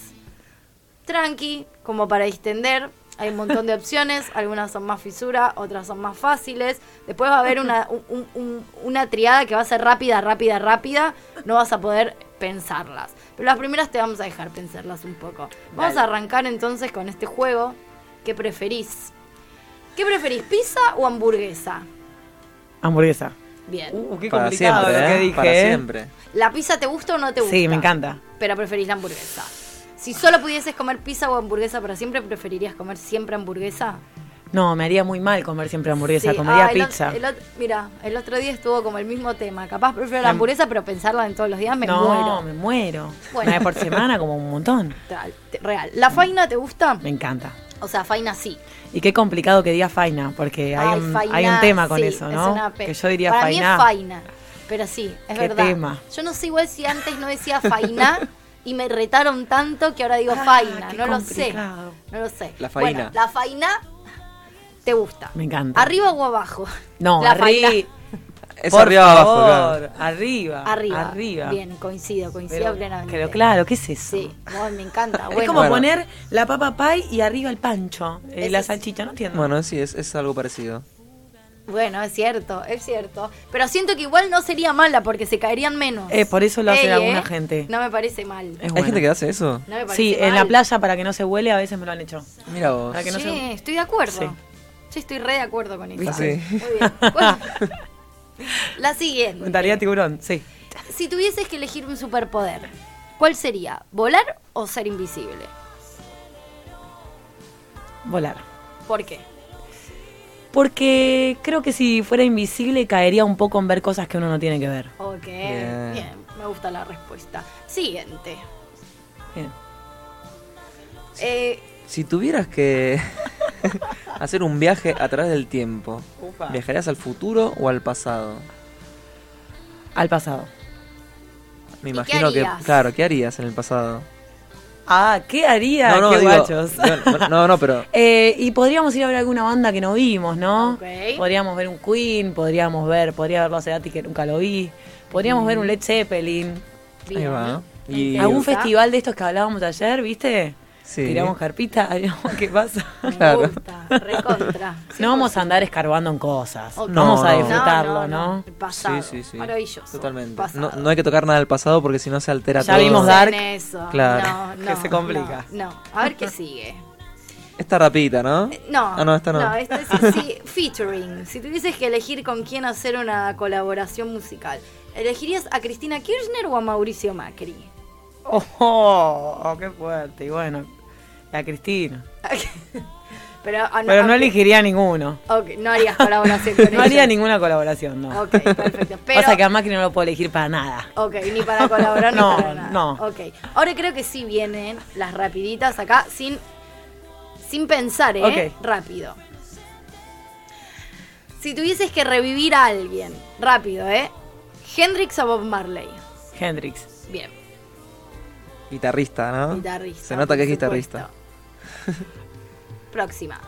Tranqui, como para distender. Hay un montón de opciones, algunas son más fisura, otras son más fáciles. Después va a haber una, un- un- una triada que va a ser rápida, rápida, rápida. No vas a poder pensarlas. Pero las primeras te vamos a dejar pensarlas un poco. Vamos Dale. a arrancar entonces con este juego. ¿Qué preferís? ¿Qué preferís, pizza o hamburguesa? hamburguesa. Bien. Uh, qué Para complicado siempre, lo que ¿eh? dije. Para ¿eh? siempre. ¿La pizza te gusta o no te gusta? Sí, me encanta. Pero preferís la hamburguesa. Si solo pudieses comer pizza o hamburguesa para siempre, ¿preferirías comer siempre hamburguesa? No, me haría muy mal comer siempre hamburguesa, Sí. comería Ah, el ot- pizza. el ot- mira, el otro día estuvo como el mismo tema. Capaz prefiero la La- hamburguesa, pero pensarla en todos los días me no, muero. me muero. Bueno. Una vez por semana como un montón. Real, te- real. ¿La faina te gusta? Me encanta. O sea, faina sí. Y qué complicado que diga faina, porque hay, Ay, un, faina, hay un tema con sí, eso, es ¿no? una pe- Que yo diría Para faina. mí es faina. Pero sí, es Qué verdad. tema. Yo no sé igual si antes no decía faina y me retaron tanto que ahora digo Ah, faina. qué No lo sé. complicado. No lo sé. La faina. Bueno, la faina te gusta. Me encanta. ¿Arriba o abajo? No, La faina. arriba. Es Por arriba abajo, favor, claro. arriba. Arriba. Arriba. Bien, coincido, coincido Pero, plenamente. pero claro, ¿qué es eso? Sí, no, me encanta. Es Bueno, como Bueno. poner la papa pie y arriba el pancho, eh, Ese la es- salchicha, no entiendo. Bueno, sí, es, es algo parecido. bueno, es cierto, es cierto. Pero siento que igual no sería mala porque se caerían menos. Eh, por eso lo hace Ey, alguna eh, gente. No me parece mal. Es ¿Hay bueno. gente que hace eso? No me parece Sí, en mal. la playa para que no se huele a veces me lo han hecho. Mira vos. Para que no Sí, se- estoy de acuerdo. Sí. Sí, estoy re de acuerdo con eso. ¿Viste? Muy bien. Bueno, la siguiente. Mentalidad tiburón, sí. Si tuvieses que elegir un superpoder, ¿cuál sería? ¿Volar o ser invisible? Volar. ¿Por qué? Porque creo que si fuera invisible caería un poco en ver cosas que uno no tiene que ver. Ok, bien. Bien. Me gusta la respuesta. Siguiente. Bien. Eh, Si tuvieras que hacer un viaje a través del tiempo, Ufa. ¿viajarías al futuro o al pasado? Al pasado. Me ¿Y imagino qué que, harías? claro, ¿qué harías en el pasado? Ah, ¿qué haría? no, no, Qué digo, guachos. no, no, no, pero Eh, y podríamos ir a ver alguna banda que no vimos, ¿no? Ok. Podríamos ver un Queen, podríamos ver, podría verlo a Cerati que nunca lo vi. Podríamos ver un Led Zeppelin. ahí bien. va. Me Y interesa. Algún festival de estos que hablábamos ayer, ¿viste? sí. Tiramos carpita, haríamos qué pasa. Me Claro. gusta, recontra. No vamos a andar escarbando en cosas. Ok. Vamos a No, no. disfrutarlo, ¿no? El pasado. Sí, sí, sí. Maravilloso. Totalmente. Pasado. No, no hay que tocar nada del pasado porque si no se altera Ya todo. vimos No Dark. en eso. Claro. No, no, Que se complica. No, no. A ver qué sigue. Esta rapidita, ¿no? No, Ah, no, esta no. No, este es sí, featuring. Si tuvieses que elegir con quién hacer una colaboración musical, ¿Elegirías a Cristina Kirchner o a Mauricio Macri? Oh, oh, oh, qué fuerte. Y bueno, la Cristina. Pero, ah, Pero no aunque- elegiría a ninguno. Ok, no harías colaboración con No ellos. haría ninguna colaboración, no. Ok, perfecto. Pero, Pasa que a Macri no lo puedo elegir para nada. ok, ni para colaborar No, ni para nada. no. Ok, ahora creo que sí vienen las rapiditas acá sin, sin pensar, ¿eh? Ok. Rápido. Si tuvieses que revivir a alguien, rápido, ¿eh? Hendrix o Bob Marley. Hendrix. Bien, Guitarrista, ¿no? guitarrista. Se nota que es por guitarrista. supuesto. Próxima.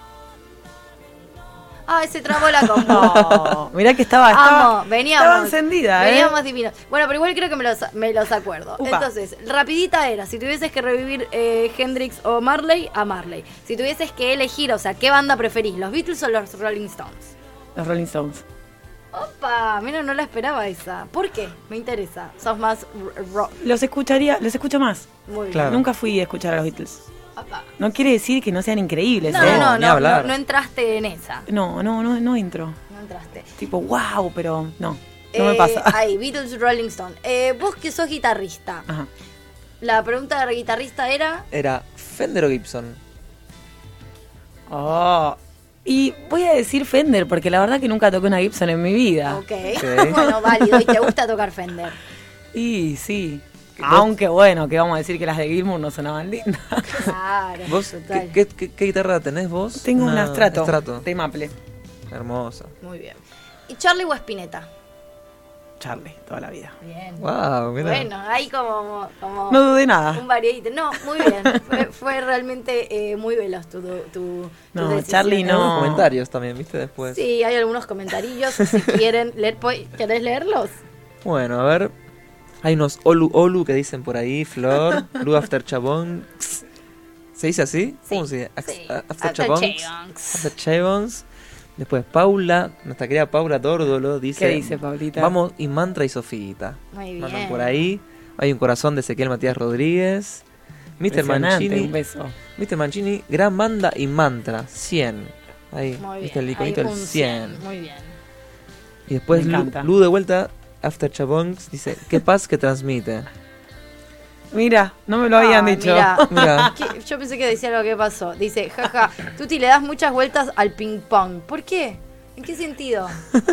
Ah, se trabó la combo. No, mirá que estaba, estaba, Amo, veníamos. estaba encendida, ¿eh? Veníamos divinos. Bueno, pero igual creo que me los, me los acuerdo. Upa. Entonces, rapidita era, si tuvieses que revivir eh, Hendrix o Marley, a Marley. Si tuvieses que elegir, o sea, ¿qué banda preferís? ¿Los Beatles o los Rolling Stones? Los Rolling Stones. Opa, mira, no la esperaba esa. ¿Por qué? Me interesa. Sos más r- rock. Los escucharía, los escucho más. Muy bien. Claro. Nunca fui a escuchar a los Beatles. Opa. No quiere decir que no sean increíbles, No, ¿eh? no, no, ni no, hablar. no, no entraste en esa. No, no, no, no entro. No entraste. Tipo, wow, pero no, no Eh, me pasa. Ahí, Beatles, Rolling Stone. Eh, vos que sos guitarrista. Ajá. La pregunta del guitarrista era... Era Fender o Gibson. Oh. Y voy a decir Fender, porque la verdad que nunca toqué una Gibson en mi vida. Ok. Sí. Bueno, válido. ¿Y te gusta tocar Fender? Y sí. ¿Vos? Aunque bueno, que vamos a decir que las de Gilmour no sonaban lindas. Claro. ¿Vos total. qué, qué- qué- qué guitarra tenés vos? Tengo una Strato, Strato. de Maple. Hermosa. Muy bien. ¿Y Charlie o Spinetta? Charlie, toda la vida. Bien. Wow, mira. Bueno, ahí como, como No dudé nada. un variadito. No, muy bien. Fue, fue realmente eh, muy veloz tu, tu, tu No, decisión. Charlie no. Algunos comentarios también, ¿viste? Después. Sí, hay algunos comentarillos. Si quieren leer, ¿po- ¿querés leerlos? Bueno, a ver. Hay unos Olu Olu que dicen por ahí, Flor, Blue After Chabón. ¿Se dice así? ¿Cómo se dice? Ax- Sí. a- After After Chabons. Chabons. After Chabons. Después Paula, nuestra querida Paula Dórdolo, dice... ¿Qué dice, Paulita? Vamos, y Mantra y Sofita. Muy bien. Mandan por ahí. Hay un corazón de Ezequiel Matías Rodríguez. mister Impresionante, Mancini. un beso. mister Mancini, Gran Banda y Mantra, cien. Ahí, Muy bien. viste el iconito Hay del un cien. Muy bien. Y después Me Lu, encanta. Lu de vuelta, After Chabons, dice, qué paz que transmite. Mira, no me lo habían Ay, dicho. mirá. Mira. ¿Qué? Yo pensé que decía lo que pasó. Dice, jaja, Tuti le das muchas vueltas al ping pong. ¿Por qué? ¿En qué sentido?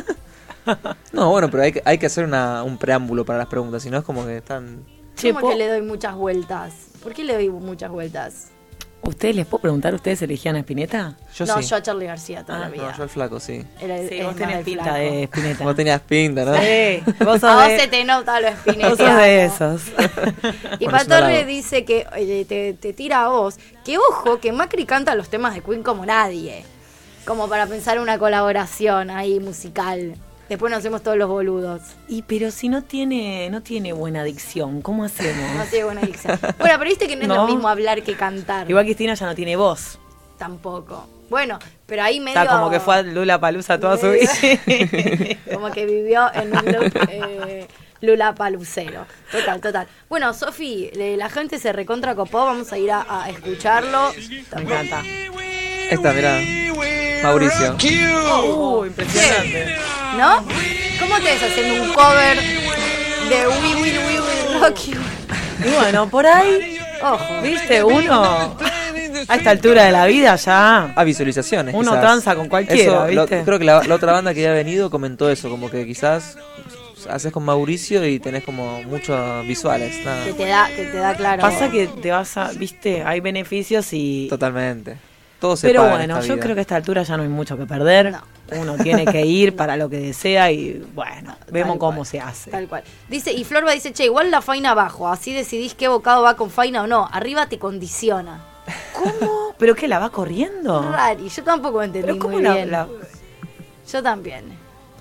No, bueno, pero hay que, hay que hacer una, un preámbulo para las preguntas, si no es como que están... Che, ¿Cómo po- que le doy muchas vueltas? ¿Por qué le doy muchas vueltas? ¿Ustedes les puedo preguntar, ustedes elegían a Spinetta? Yo no, sí. yo a Charlie García toda Ah, la No, vida. yo el flaco, sí. Era el- Sí, es vos más tenés el pinta flaco. de Spinetta. Vos tenías pinta, ¿no? Sí, vos A sos vos de, se te nota lo vos sos espinetiano. de esos. Y Por ese Patorre lado. dice que eh, te, te tira a vos. Que ojo, que Macri canta los temas de Queen como nadie. Como para pensar una colaboración ahí musical. Después nos hacemos todos los boludos. Y pero si no tiene, no tiene buena dicción, ¿cómo No hacemos? tiene buena dicción. Bueno, pero viste que no es No. lo mismo hablar que cantar. Igual Cristina ya no tiene voz. Tampoco. Bueno, pero ahí medio... Está como que fue a Lula Palusa toda su medio- vida. Como que vivió en un loop eh, Lula Palucero. Total, total. Bueno, Sofi, eh, la gente se recontra copó. Vamos a ir a, a escucharlo. Me encanta. Esta, mirá. Mauricio. Uh, impresionante. ¿No? ¿Cómo te ves haciendo un cover de We Will, We Will Rock You? Y bueno, por ahí, Ojo. viste, uno a esta altura de la vida ya. A visualizaciones. Uno quizás. tranza con cualquiera, Eso, lo- ¿viste? creo que la, la otra banda que ya ha venido comentó eso, como que quizás haces con Mauricio y tenés como muchos visuales. Nada. Que te da, que te da claro. Pasa que te vas a, viste, hay beneficios y... Totalmente. Todo se Pero paga en bueno, esta yo vida. creo que a esta altura ya no hay mucho que perder. No. Uno tiene que ir para lo que desea y bueno, vemos Tal cómo cual, se hace. Tal cual. Dice, y Florba dice, che, igual la faina abajo, así decidís qué bocado va con faina o no. Arriba te condiciona. ¿Cómo? ¿Pero qué, la va corriendo? Rari, yo tampoco entendí ¿Pero cómo muy la, bien. la- Yo también.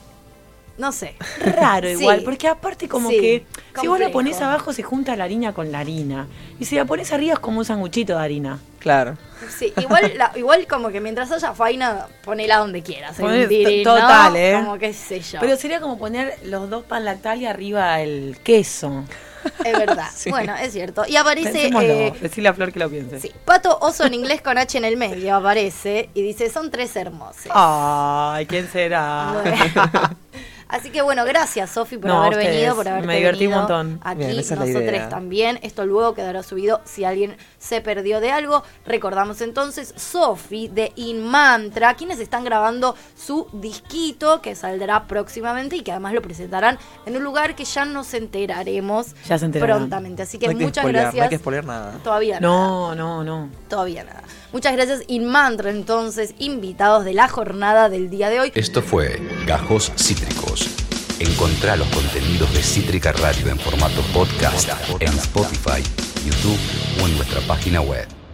No sé. Raro igual, Sí. porque aparte como Sí, que si vos la complejo. pones abajo se junta la harina con la harina. Y si la pones arriba es como un sanguchito de harina. Claro. Sí, igual, la- igual como que mientras haya faina, ponela donde quieras. Poné- en dirín, to- total, ¿no? ¿eh? Como que sé yo. Pero sería como poner los dos pan lactal y arriba el queso. Es verdad. Sí. Bueno, es cierto. Y aparece... Pensémoslo, eh, decirle a Flor que lo piense. sí, Pato Oso en inglés con H en el medio aparece y dice, son tres hermosos. Ay, ¿quién será? Bueno. Así que bueno, gracias Sofi por No, haber ustedes. venido, por haber Me divertí un venido montón. aquí, Bien, esa es la nosotros idea. también. Esto luego quedará subido si alguien se perdió de algo. Recordamos entonces, Sofi de Inmantra, quienes están grabando su disquito que saldrá próximamente y que además lo presentarán en un lugar que ya nos enteraremos Ya se enterarán. prontamente. Así que No hay que muchas spoilear, gracias. no hay que spoilear nada. Todavía No, no, no. Todavía nada. Muchas gracias, Inmantra, entonces, invitados de la jornada del día de hoy. Esto fue Gajos Cítricos. Encontrá los contenidos de Cítrica Radio en formato podcast en Spotify, YouTube o en nuestra página web.